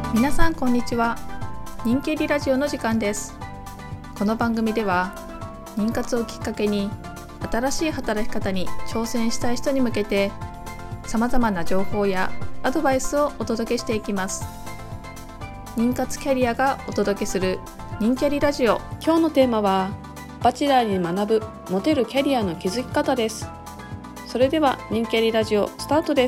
皆さんこんにちは。人気エリラジオの時間です。この番組では妊活をきっかけに新しい働き方に挑戦したい人に向けて様々な情報やアドバイスをお届けしていきます。妊活キャリアがお届けする人気エリラジオ。今日のテーマはバチェラーに学ぶモテるキャリアの築き方です。それでは人気エリラジオスタートです。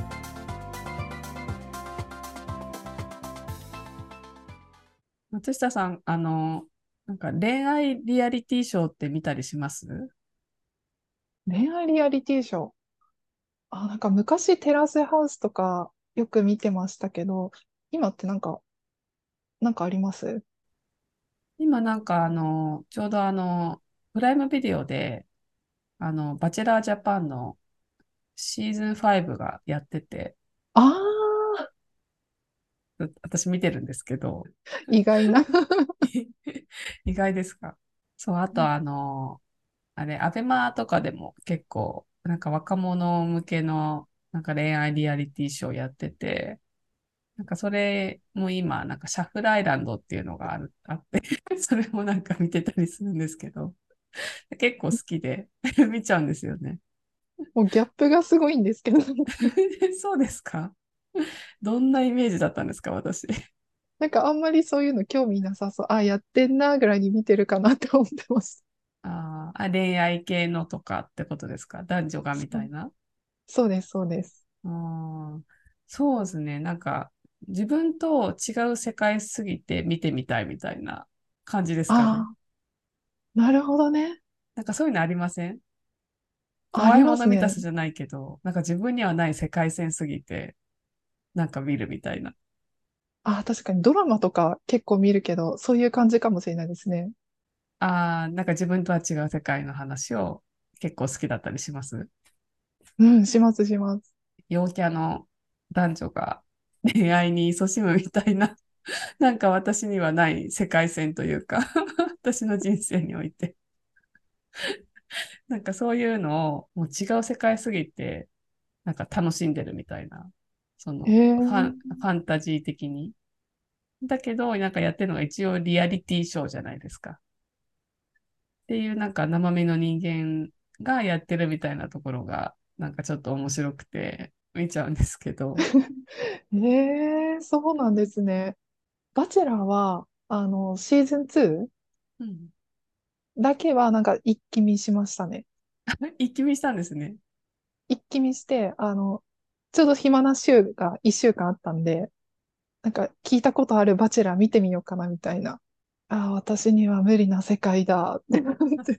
松下さん、なんか恋愛リアリティショーって見たりします？ 恋愛リアリティショー。なんか昔テラスハウスとかよく見てましたけど、今ってなんかあります？ 今なんかちょうどプライムビデオで、バチェラージャパンのシーズン5がやってて、 あ私見てるんですけど、 意外な。 意外ですか？そう、あとあれ、アベマとかでも結構、なんか若者向けのなんか恋愛リアリティショーやってて、なんかそれも今、なんかシャッフルアイランドっていうのがあって、それもなんか見てたりするんですけど、結構好きで見ちゃうんですよね。 もうギャップがすごいんですけど。 そうですか？どんなイメージだったんですか、私。 なんかあんまりそういうの興味なさそう。やってんなぐらいに見てるかなって思ってます。 恋愛系のとかってことですか？男女がみそうたいな。 そうです、そうです。 あーそうですね。なんか、自分と違う世界すぎて見てみたいみたいな感じですかね。 あなるほどね。 なんかそういうのありません？ あ怖いもの見たりますね。 さじゃないけど、なんか自分にはない世界線すぎて、なんか見るみたいな。 確かにドラマとか結構見るけど、そういう感じかもしれないですね。 なんか自分とは違う世界の話を結構好きだったりします？ うん、します、します。 陽キャの男女が恋愛に勤しむみたいな、なんか私にはない世界線というか私の人生において、なんかそういうのをもう違う世界すぎて、なんか楽しんでるみたいな、そへのえ。 ファンタジー的に。だけど、なんかやってるのが一応リアリティショーじゃないですか。っていうなんか生身の人間がやってるみたいなところが、なんかちょっと面白くて見ちゃうんですけど。 そうなんですね。バチェラーは、シーズン 2 うん。 だけはなんか一気見しましたね。 一気見したんですね。 一気見して、ちょうど暇な週が一週間あったんで、なんか聞いたことあるバチェラー見てみようかなみたいな。私には無理な世界だってなって。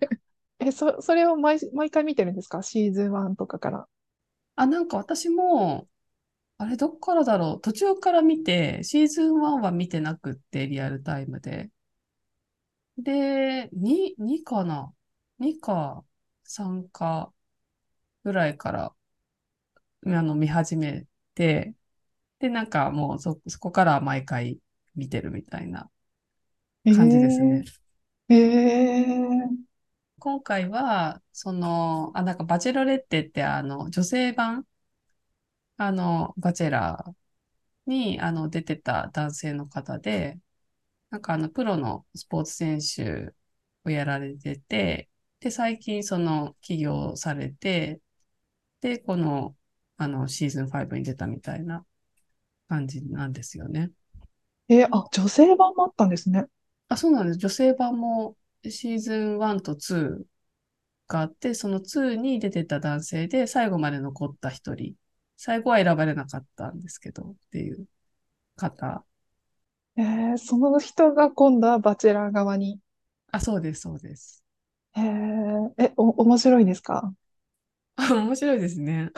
それを毎回見てるんですか？シーズン1とかから。 なんか私も、あれどっからだろう。途中から見て、シーズン1は見てなくって、リアルタイムで。で、2かな？ 2 か3かぐらいから、見始めて、で、なんかもうそこからは毎回見てるみたいな感じですえね。 えええ今回は、なんかバチェロレッテって女性版、バチェラーに、出てた男性の方で、なんかプロのスポーツ選手をやられてて、で、最近起業されて、で、シーズン5に出たみたいな感じなんですよね。 女性版もあったんですね。 そうなんです。女性版もシーズン1と2があって、その2に出てた男性で最後まで残った一人。最後は選ばれなかったんですけど、っていう方。 その人が今度はバチェラー側に。 そうです、そうです。 面白いですか？ 面白いですね。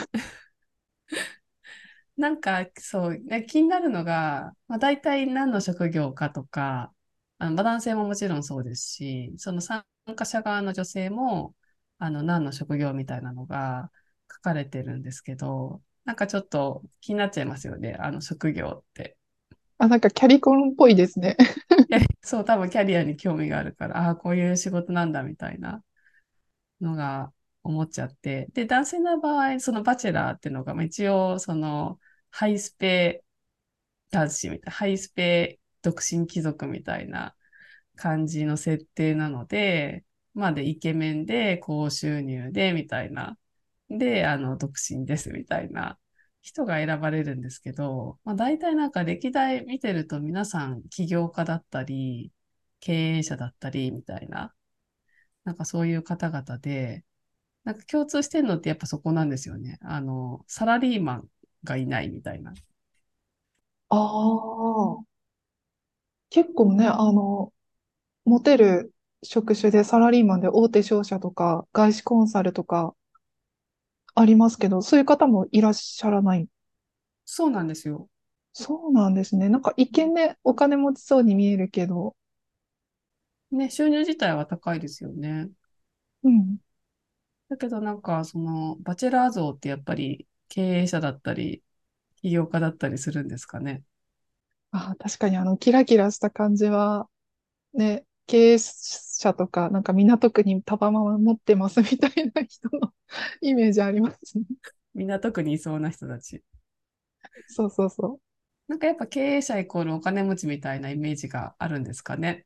なんか、そう、気になるのが、大体何の職業かとか、男性ももちろんそうですし、その参加者側の女性も、何の職業みたいなのが書かれてるんですけど、なんかちょっと気になっちゃいますよね、職業って。 なんかキャリコンっぽいですね。 そう、多分キャリアに興味があるから、こういう仕事なんだみたいなのが思っちゃって。で、男性の場合、そのバチェラーっていうのが、一応、ハイスペ男子みたいな、ハイスペ独身貴族みたいな感じの設定なので、まあで、イケメンで、高収入で、みたいな。で、独身ですみたいな人が選ばれるんですけど、まあ、大体なんか歴代見てると皆さん起業家だったり、経営者だったりみたいな、なんかそういう方々で、なんか共通してるのってやっぱそこなんですよね。サラリーマンがいないみたいな。 ああ、結構ね、モテる職種でサラリーマンで大手商社とか外資コンサルとかありますけど、そういう方もいらっしゃらない？ そうなんですよ。 そうなんですね。なんか一見ね、お金持ちそうに見えるけど、 ね、収入自体は高いですよね。 うん。 だけどなんか、バチェラー像ってやっぱり経営者だったり、起業家だったりするんですかね。 あ、確かにキラキラした感じは、ね、経営者とか、なんか港区にタワマン持ってますみたいな人のイメージありますね。 港区にいそうな人たち。 そうそうそう。 なんかやっぱ経営者イコールお金持ちみたいなイメージがあるんですかね。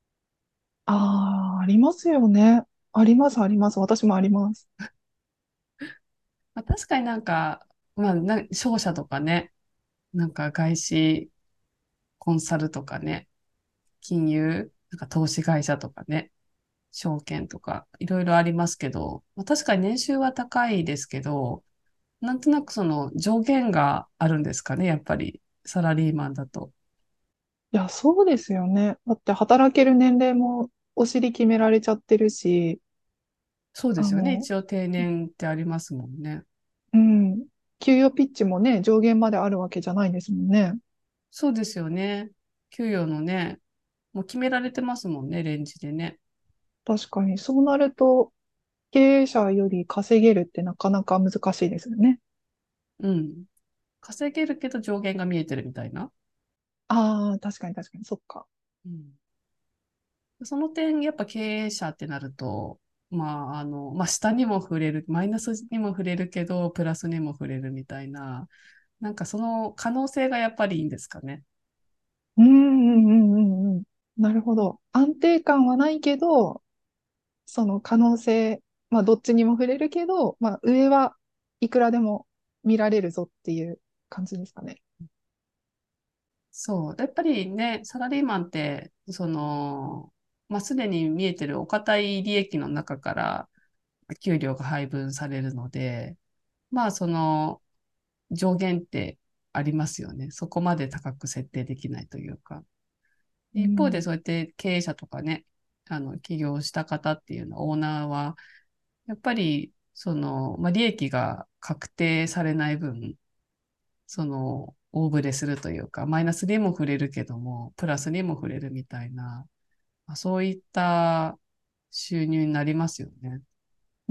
ああ、ありますよね。あります、あります。私もあります。 まあ、確かになんか、まあ、商社とかね、なんか外資コンサルとかね、金融、なんか投資会社とかね、証券とか、いろいろありますけど、まあ、確かに年収は高いですけど、なんとなくその上限があるんですかね、やっぱり、サラリーマンだと。 いや、そうですよね。だって働ける年齢もお尻決められちゃってるし、 そうですよね。 あの、 一応定年ってありますもんね。 うん。給与ピッチもね、上限まであるわけじゃないですもんね。 そうですよね。給与のね、もう決められてますもんね、レンジでね。 確かに、そうなると、経営者より稼げるってなかなか難しいですよね。 うん。稼げるけど上限が見えてるみたいな。 ああ、確かに確かに、そっか。 うん。その点、やっぱ経営者ってなると、まあ、まあ、下にも触れる、マイナスにも触れるけど、プラスにも触れるみたいな、なんかその可能性がやっぱりいいんですかね。 うんうんうんうんうん。なるほど。安定感はないけど、その可能性、まあどっちにも触れるけど、まあ上はいくらでも見られるぞっていう感じですかね。 そう。やっぱりね、サラリーマンって、まあ、すでに見えてるお堅い利益の中から給料が配分されるので、まあ、上限ってありますよね。そこまで高く設定できないというか。一方でうん。 そうやって経営者とかね、起業した方っていうのは、オーナーは、やっぱり、まあ、利益が確定されない分、大振れするというか、マイナスにも触れるけども、プラスにも触れるみたいな、まあそういった収入になりますよね。 うん、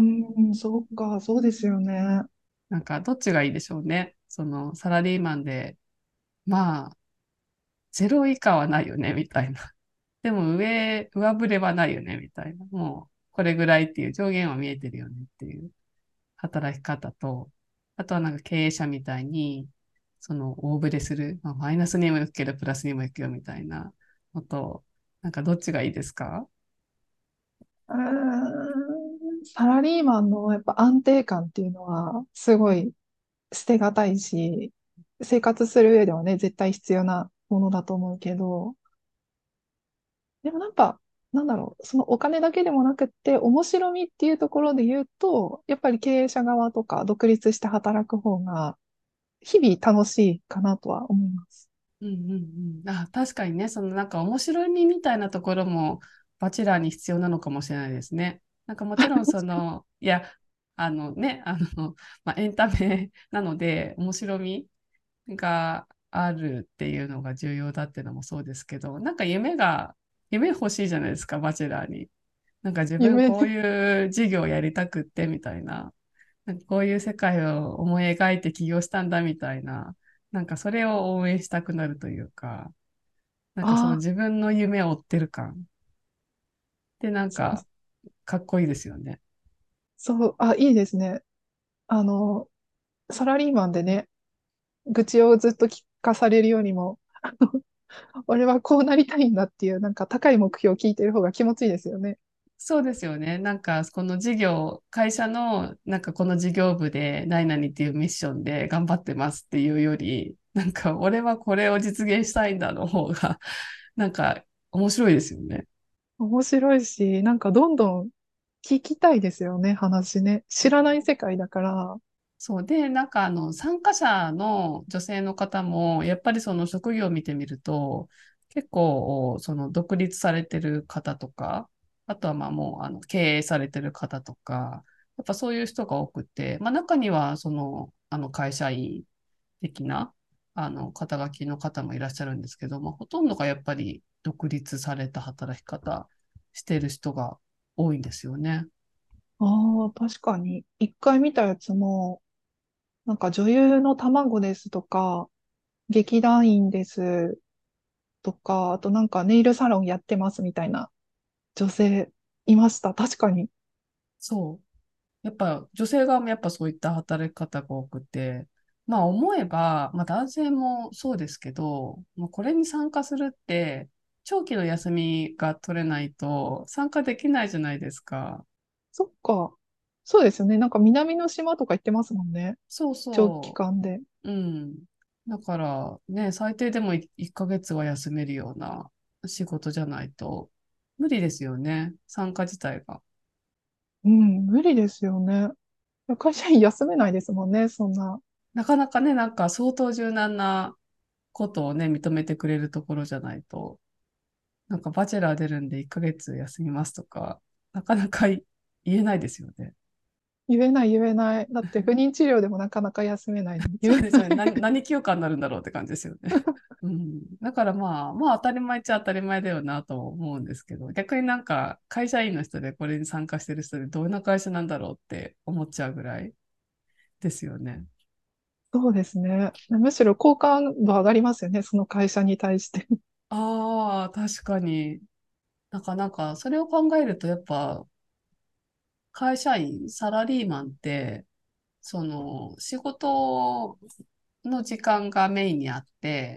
そうか、そうですよね。 なんか、どっちがいいでしょうね。サラリーマンで、まあ、ゼロ以下はないよね、みたいな。でも上振れはないよね、みたいな。もう、これぐらいっていう上限は見えてるよねっていう働き方と、あとはなんか経営者みたいに、大振れする、まあ、マイナスにも行くけど、プラスにも行くよみたいなのと、なんかどっちがいいですか？ うーサラリーマンのやっぱ安定感っていうのはすごい捨てがたいし、生活する上ではね、絶対必要なものだと思うけど、でもなんか、なんだろう、そのお金だけでもなくって、面白みっていうところで言うと、やっぱり経営者側とか独立して働く方が、日々楽しいかなとは思います。 うんうんうん。あ、確かにね、なんか面白みみたいなところも、バチェラーに必要なのかもしれないですね。なんかもちろんいや、まあ、エンタメなので、面白みがあるっていうのが重要だっていうのもそうですけど、なんか夢欲しいじゃないですか、バチェラーに。なんか自分夢ね。 こういう事業やりたくってみたいな、なんかこういう世界を思い描いて起業したんだみたいな、なんかそれを応援したくなるというか、なんかそのああ、 自分の夢を追ってる感ってなんそう、 かかっこいいですよね。 そう、あ、いいですね。あの、サラリーマンでね、愚痴をずっと聞かされるよりも、 俺はこうなりたいんだっていう、なんか高い目標を聞いてる方が気持ちいいですよね。 そうですよね。なんか、この事業、会社の、なんかこの事業部で、何々っていうミッションで頑張ってますっていうより、なんか、俺はこれを実現したいんだの方が、なんか、面白いですよね。 面白いし、なんかどんどん聞きたいですよね、話ね。知らない世界だから。 そうで、なんか参加者の女性の方も、やっぱりその職業を見てみると、結構、その独立されてる方とか、あとはまあもう、経営されてる方とか、やっぱそういう人が多くて、まあ中には、会社員的な、肩書きの方もいらっしゃるんですけども、ほとんどがやっぱり独立された働き方してる人が多いんですよね。 ああ、確かに。一回見たやつも、なんか女優の卵ですとか、劇団員ですとか、あとなんかネイルサロンやってますみたいな女性いました。確かに。 そう。やっぱ女性側もやっぱそういった働き方が多くて、まあ思えば、まあ男性もそうですけど、もうこれに参加するって、長期の休みが取れないと参加できないじゃないですか。 そっか。そうですよね。なんか南の島とか行ってますもんね。 そう長期そ間で。 う。うん。だからね、最低でも1ヶ月は休めるような仕事じゃないと無理ですよね。参加自体が。 うん、無理ですよね。会社員休めないですもんね、そんな。 なかなかね、なんか相当柔軟なことをね、認めてくれるところじゃないと。なんかバチェラー出るんで1ヶ月休みますとか、なかなか言えないですよね。 言えない言えない。だって不妊治療でもなかなか休めないのに言えそうですよね。 ない。 何休暇になるんだろうって感じですよね。うん。だからまあ当たり前っちゃ当たり前だよなと思うんですけど、逆になんか会社員の人でこれに参加してる人でどんな会社なんだろうって思っちゃうぐらいですよね。 そうですね。むしろ好感度上がりますよね、その会社に対して。 ああ、確かに。なんかそれを考えるとやっぱ会社員、サラリーマンって、仕事の時間がメインにあって、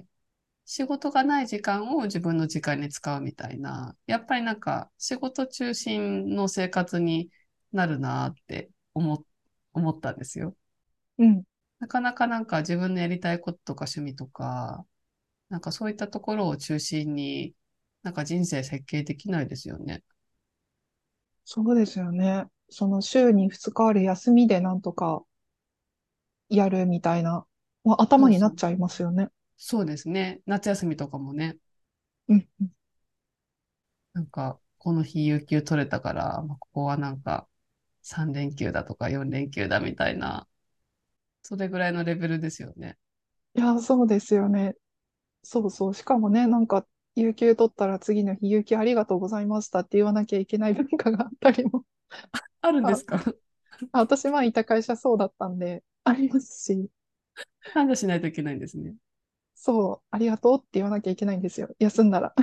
仕事がない時間を自分の時間に使うみたいな、やっぱりなんか仕事中心の生活になるなって思ったんですよ。 うん。 なかなかなんか自分のやりたいこととか趣味とか、なんかそういったところを中心に、なんか人生設計できないですよね。 そうですよね。その週に2日ある休みでなんとかやるみたいな、まあ、頭そうそう。 になっちゃいますよね。 そうですね。夏休みとかもね、 うん。 なんかこの日有給取れたから、まあ、ここはなんか3連休だとか4連休だみたいな、それぐらいのレベルですよね。 いや、そうですよね。そうそう。しかもね、なんか、有給取ったら次の日、有給ありがとうございましたって言わなきゃいけない文化があったりも。 あるんであ、 すか？ 私前いた会社そうだったんで、ありますし、 感謝しないといけないんですね。 そう、ありがとうって言わなきゃいけないんですよ。休んだら。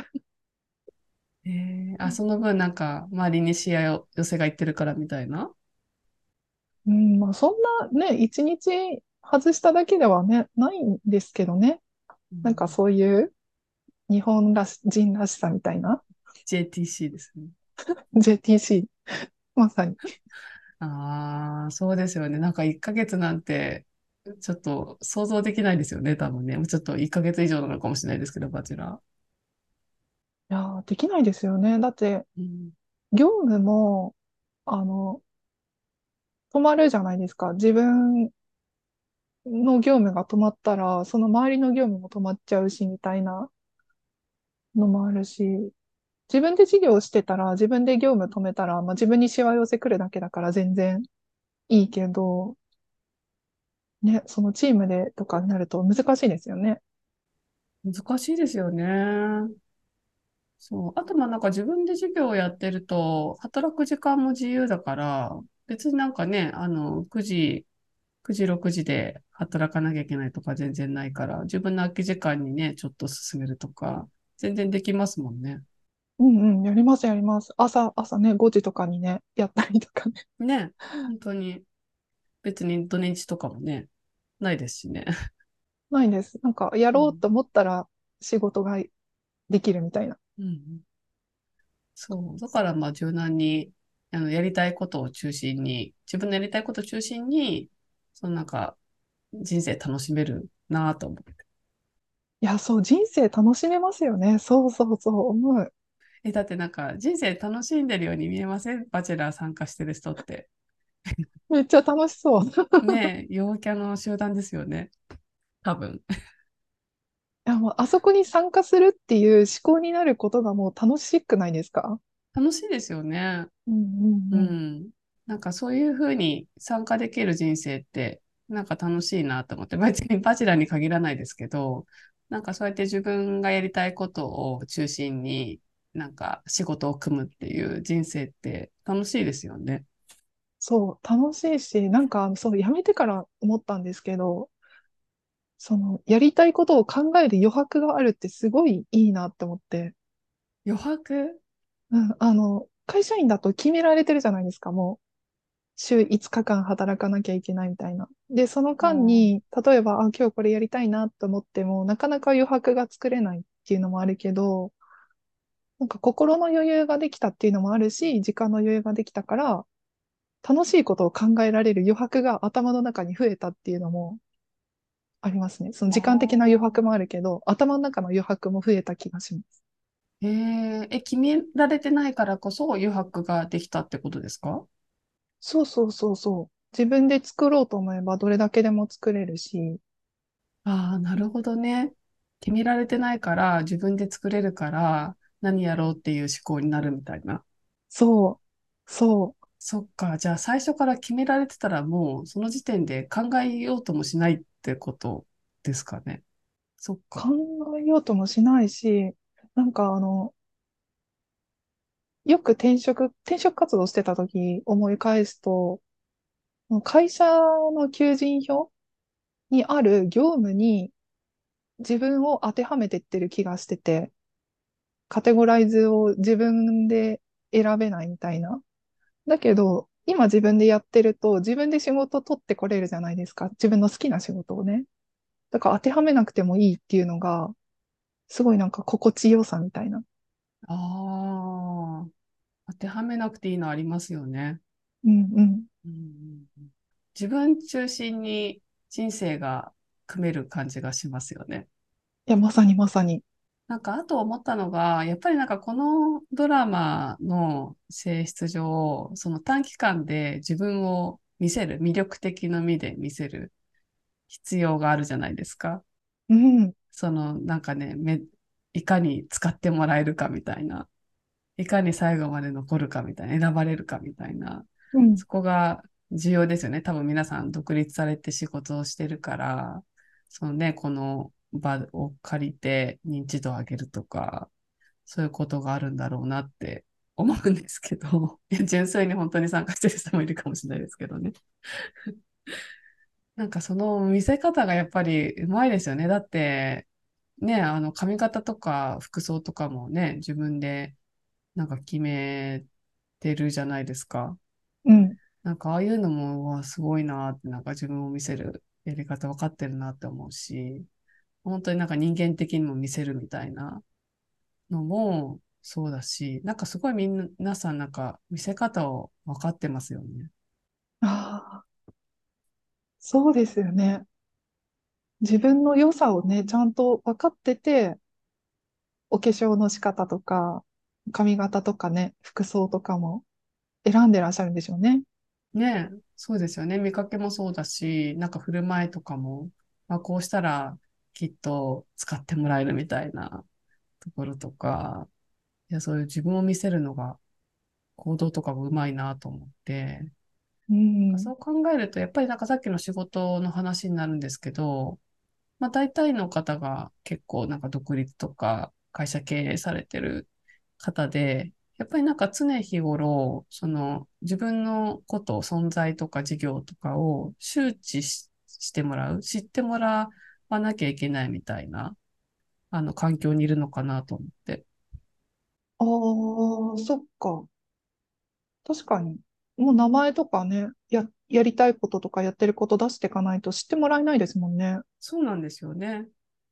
あ、その分なんか周りに視野寄せがいってるからみたいな。 うん、まあそんなね、一日外しただけではね、ないんですけどね。 うん、 なんかそういう日本人らしさみたいな JTC ですね。 JTC、まさに。 ああ、そうですよね。なんか1ヶ月なんて、ちょっと想像できないですよね、多分ね。ちょっと1ヶ月以上なのかもしれないですけど、バチェラいやー、できないですよね。だって、 ー。うん、 業務も、あの、止まるじゃないですか。自分の業務が止まったら、その周りの業務も止まっちゃうし、みたいなのもあるし、自分で事業をしてたら、自分で業務止めたら、まあ、自分にしわ寄せ来るだけだから全然いいけど、ね、そのチームでとかになると難しいですよね。 難しいですよね。そう。あと、まあなんか自分で授業をやってると、働く時間も自由だから、別になんかね、9時、6時で働かなきゃいけないとか全然ないから、自分の空き時間にね、ちょっと進めるとか、全然できますもんね。 うんうん、やります、やります。朝ね、5時とかにね、やったりとかね。 ね。本当に、別に土日とかもね、ないですしね。 ないです。なんか、やうん。 ろうと思ったら、 仕事ができるみたいな。 うんうん。そう。だからまあ柔軟に、やりたいことを中心に、自分のやりたいことを中心に、そのなんか、人生楽しめるなと思って。 いや、そう、人生楽しめますよね。そうそうそう、思う。 だってなんか、人生楽しんでるように見えません？バチェラー参加してる人って。 めっちゃ楽しそう。 ねえ、陽キャの集団ですよね。多分。 いや、もう、あそこに参加するっていう思考になることがもう楽しくないですか？ 楽しいですよね。 うんうんううん。 ん。なんかそういうふうに参加できる人生って、なんか楽しいなと思って、別にバチェラーに限らないですけど、なんかそうやって自分がやりたいことを中心に、なんか仕事を組むっていう人生って楽しいですよね。 そう、楽しいし、なんか、そう、辞めてから思ったんですけど、その、やりたいことを考える余白があるってすごいいいなって思って、 余白。 うん、会社員だと決められてるじゃないですか、もう。週5日間働かなきゃいけないみたいな。で、そのあー間に、例えば、あ、今日これやりたいなと思っても、なかなか余白が作れないっていうのもあるけど、なんか心の余裕ができたっていうのもあるし、時間の余裕ができたから、楽しいことを考えられる余白が頭の中に増えたっていうのもありますね。そのあ時間的な余白ー。 もあるけど、頭の中の余白も増えた気がします。 決められてないからこそ余白ができたってことですか？ そうそうそうそう。自分で作ろうと思えばどれだけでも作れるし、 ああ、なるほどね。決められてないから自分で作れるから何やろうっていう思考になるみたいな。 そう、そう。 そっか。じゃあ最初から決められてたらもうその時点で考えようともしないってことですかね。そっ考か。 えようともしないし、なんかよく転職活動してた時思い返すと、会社の求人票にある業務に自分を当てはめてってる気がしてて、カテゴライズを自分で選べないみたいな。だけど、今自分でやってると、自分で仕事を取ってこれるじゃないですか。自分の好きな仕事をね。だから当てはめなくてもいいっていうのが、すごいなんか心地よさみたいな。 ああ、当てはめなくていいのありますよね。 うんうん。 うんうんうん。自分中心に人生が組める感じがしますよね。 いや、まさにまさに。 なんか、あと思ったのが、やっぱりなんかこのドラマの性質上、その短期間で自分を見せる、魅力的な目で見せる必要があるじゃないですか。 うん、 その、なんかね、いかに使ってもらえるかみたいな、いかに最後まで残るかみたいな、選ばれるかみたいな、 うん、 そこが重要ですよね。多分皆さん独立されて仕事をしてるから、そのね、この場を借りて認知度を上げるとか、そういうことがあるんだろうなって思うんですけど、いや純粋に本当に参加してる人もいるかもしれないですけどね。なんかその見せ方がやっぱりうまいですよね。だって、ね、髪型とか服装とかもね、自分でなんか決めてるじゃないですか。 うん。 なんかああいうのも、うわすごいなって、なんか自分を見せるやり方分かってるなって思うし、本当になんか人間的にも見せるみたいなのもそうだし、なんかすごい皆さんなんか見せ方を分かってますよね。 ああ、そうですよね。自分の良さをね、ちゃんと分かってて、お化粧の仕方とか、髪型とかね、服装とかも選んでらっしゃるんでしょうね。 ねえ、そうですよね。見かけもそうだし、なんか振る舞いとかも、まあ、こうしたらきっと使ってもらえるみたいなところとか、いや、そういう自分を見せるのが行動とかもうまいなと思って、 うん。 そう考えると、やっぱりなんかさっきの仕事の話になるんですけど、まあ大体の方が結構なんか独立とか会社経営されてる方で、やっぱりなんか常日頃、その自分のこと、存在とか事業とかを周知してもらう、知ってもらわなきゃいけないみたいな、環境にいるのかなと思って。 ああ、そっか。確かに。もう名前とかね、やりたいこととかやってること出していかないと知ってもらえないですもんね。 そうなんですよね。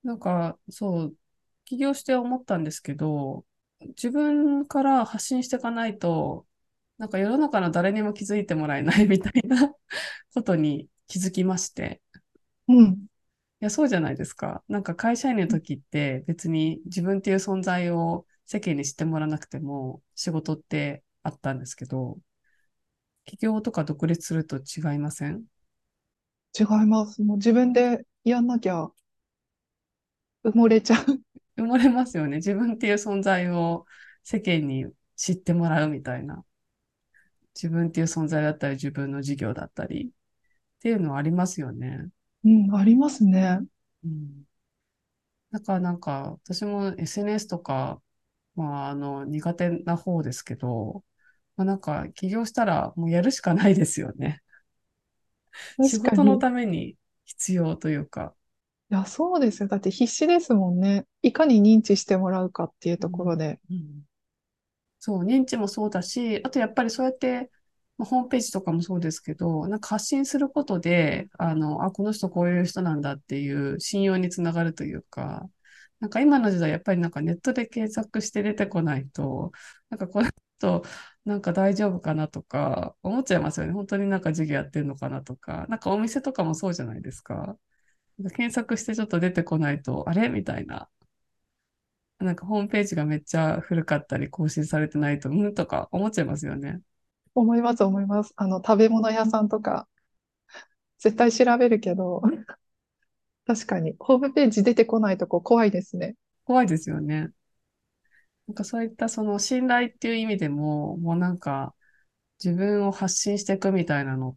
なんか、そう、起業して思ったんですけど、自分から発信していかないと、なんか世の中の誰にも気づいてもらえないみたいなことに気づきまして。 うん。 いや、そうじゃないですか。なんか会社員の時って別に自分っていう存在を世間に知ってもらわなくても仕事ってあったんですけど、起業とか独立すると違いません？ 違います。もう自分でやんなきゃ埋もれちゃう。 埋もれますよね。自分っていう存在を世間に知ってもらうみたいな。自分っていう存在だったり、自分の事業だったりっていうのはありますよね。 うん、ありますね。 うん。だからなんか、私も SNS とか、苦手な方ですけど、なんか、起業したらもうやるしかないですよね。仕事の確かに。いために必要というか。 や、そうですよ。だって必死ですもんね。いかに認知してもらうかっていううん。 ところで。 うん。そう、認知もそうだし、あとやっぱりそうやって、ホームページとかもそうですけど、なんか発信することで、この人こういう人なんだっていう信用につながるというか、なんか今の時代やっぱりなんかネットで検索して出てこないと、なんかこの人なんか大丈夫かなとか思っちゃいますよね。本当になんか授業やってるのかなとか、なんかお店とかもそうじゃないですか。なんか検索してちょっと出てこないと、あれみたいな。なんかホームページがめっちゃ古かったり更新されてないと、うんとか思っちゃいますよね。 思います、思います。食べ物屋さんとか、絶対調べるけど、確かに、ホームページ出てこないとこ怖いですね。 怖いですよね。なんかそういったその信頼っていう意味でも、もうなんか自分を発信していくみたいなのって、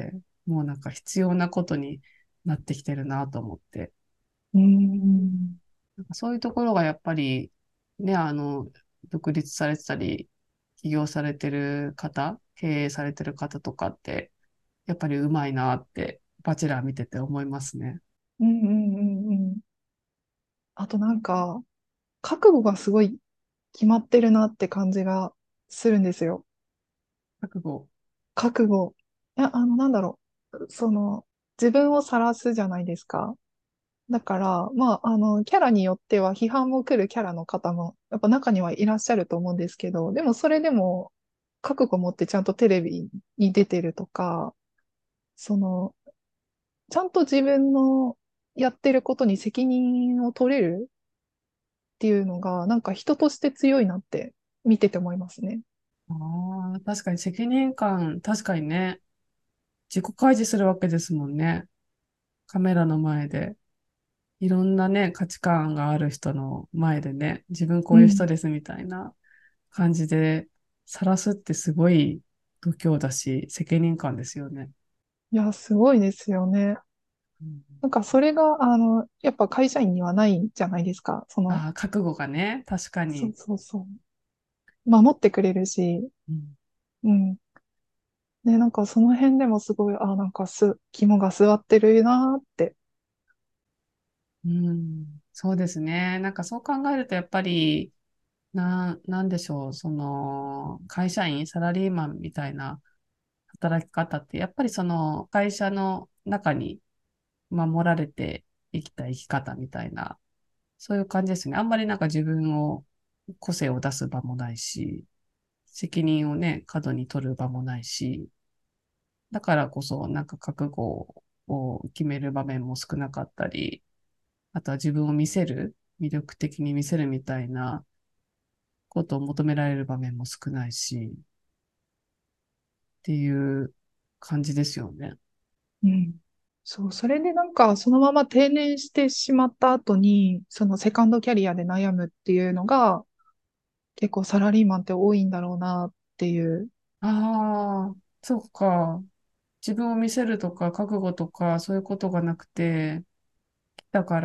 もうなんか必要なことになってきてるなと思って。 うーん。 なんかそういうところがやっぱり、ね、独立されてたり、起業されてる方、経営されてる方とかって、やっぱりうまいなって、バチェラー見てて思いますね。 うんうんうんうん。あとなんか、覚悟がすごい決まってるなって感じがするんですよ。 覚悟。 覚悟。いや、なんだろう。自分を晒すじゃないですか。だから、キャラによっては批判も来るキャラの方も、やっぱ中にはいらっしゃると思うんですけど、でもそれでも、覚悟を持ってちゃんとテレビに出てるとか、その、ちゃんと自分のやってることに責任を取れるっていうのが、なんか人として強いなって見てて思いますね。 ああ、確かに責任感、確かにね、自己開示するわけですもんね。カメラの前で。いろんなね、価値観がある人の前でね、自分こういう人うん。 ですみたいな感じで、晒すってすごい度胸だし、責任感ですよね。 いや、すごいですよね。 うん。 なんかそれが、やっぱ会社員にはないじゃないですか。 ああ、覚悟がね、確かそうに。 そうそう。守ってくれるし、 うん。 うん。ね、なんかその辺でもすごい、なんか肝が据わってるなーって。 うん、そうですね。なんかそう考えると、やっぱり、なんでしょう、その、会社員、サラリーマンみたいな働き方って、やっぱりその会社の中に守られて生きた生き方みたいな、そういう感じですね。あんまりなんか自分を、個性を出す場もないし、責任をね、過度に取る場もないし、だからこそなんか覚悟を決める場面も少なかったり、あとは自分を見せる、魅力的に見せるみたいなことを求められる場面も少ないし、っていう感じですよね。 うん。そう、それでなんかそのまま定年してしまった後に、そのセカンドキャリアで悩むっていうのが、結構サラリーマンって多いんだろうなっていう。 ああ、そうか。自分を見せるとか、覚悟とか、そういうことがなくて、だから、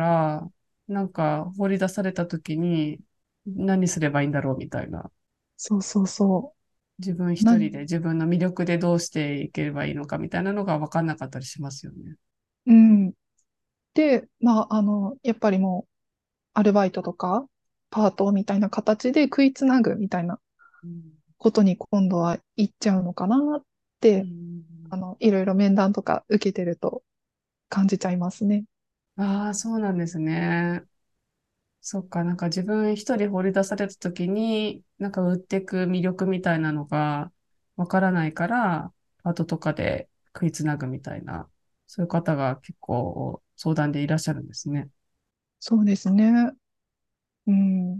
なんか放り出された時に何すればいいんだろうみたいな。 そうそうそ自分う。 一人で自分の魅力でどうしていければいいのかみたいなのが分かんなかったりしますよね。 うん。で、やっぱりもう、アルバイトとか、パートみたいな形で食いつなぐみたいなうん。 ことに今度は行っちゃうのかなっうて、 ん。 いろいろ面談とか受けてると感じちゃいますね。 ああ、そうなんですね。 そっか、なんか自分一人放り出された時に、なんか売っていく魅力みたいなのがわからないから、パートとかで食いつなぐみたいな、そういう方が結構相談でいらっしゃるんですね。 そうですね。うん。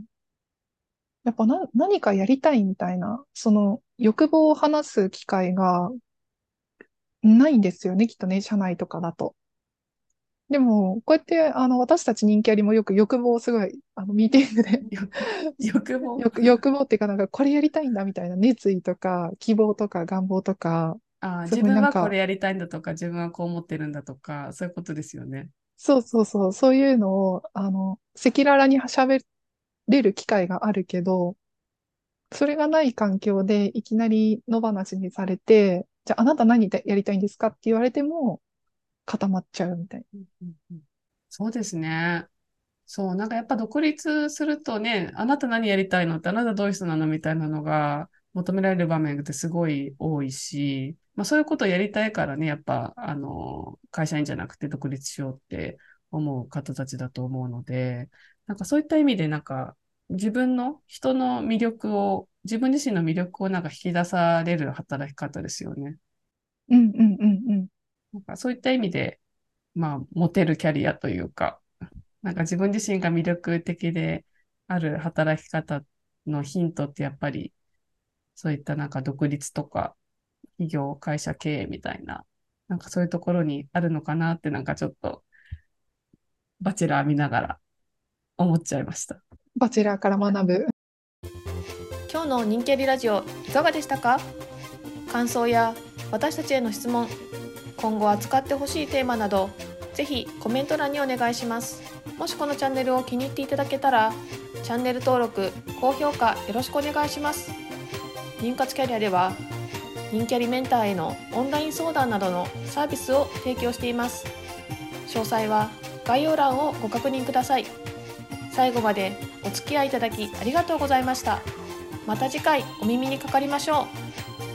やっぱ何かやりたいみたいな、その欲望を話す機会がないんですよね、きっとね、社内とかだと。でも、こうやって、私たち人気ありもよく欲望をすごい、ミーティングで欲望。 欲望っていうか、なんか、これやりたいんだみたいな熱意とか、希望とか、願望とか、す自ごいなんか、 分はこれやりたいんだとか、自分はこう思ってるんだとか、そういうことですよね。 そうそうそう、そういうのを、赤裸々に喋れる機会があるけど、それがない環境でいきなり野放しにされて、じゃああなた何でやりたいんですかって言われても固まっちゃうみたいうんうんうん。そうですね。そう、なんかやっぱ独立するとね、あなた何やりたいのって、あなたどういう人なのみたいなのが求められる場面ってすごい多いし、まあそういうことをやりたいからね、やっぱ、会社員じゃなくて独立しようって思う方たちだと思うので、なんかそういった意味でなんか自分の人の魅力を、自分自身の魅力をなんか引き出される働き方ですよね。 な。うんうんうんうん。 なんかそういった意味で、まあ、モテるキャリアというか、なんか自分自身が魅力的である働き方のヒントってやっぱりそういったなんか独立とか企業、会社経営みたいな、なんかそういうところにあるのかなってなんかちょっとバチェラー見ながら思っちゃいました。 バチェラーから学ぶ。 今日の人気ありラジオいかがでしたか？感想や私たちへの質問、今後扱ってほしいテーマなど、ぜひコメント欄にお願いします。もしこのチャンネルを気に入っていただけたら、チャンネル登録、高評価よろしくお願いします。妊活キャリアでは、人気ありメンターへのオンライン相談などのサービスを提供しています。詳細は概要欄をご確認ください。最後までお付き合いいただきありがとうございました。また次回お耳にかかりましょう。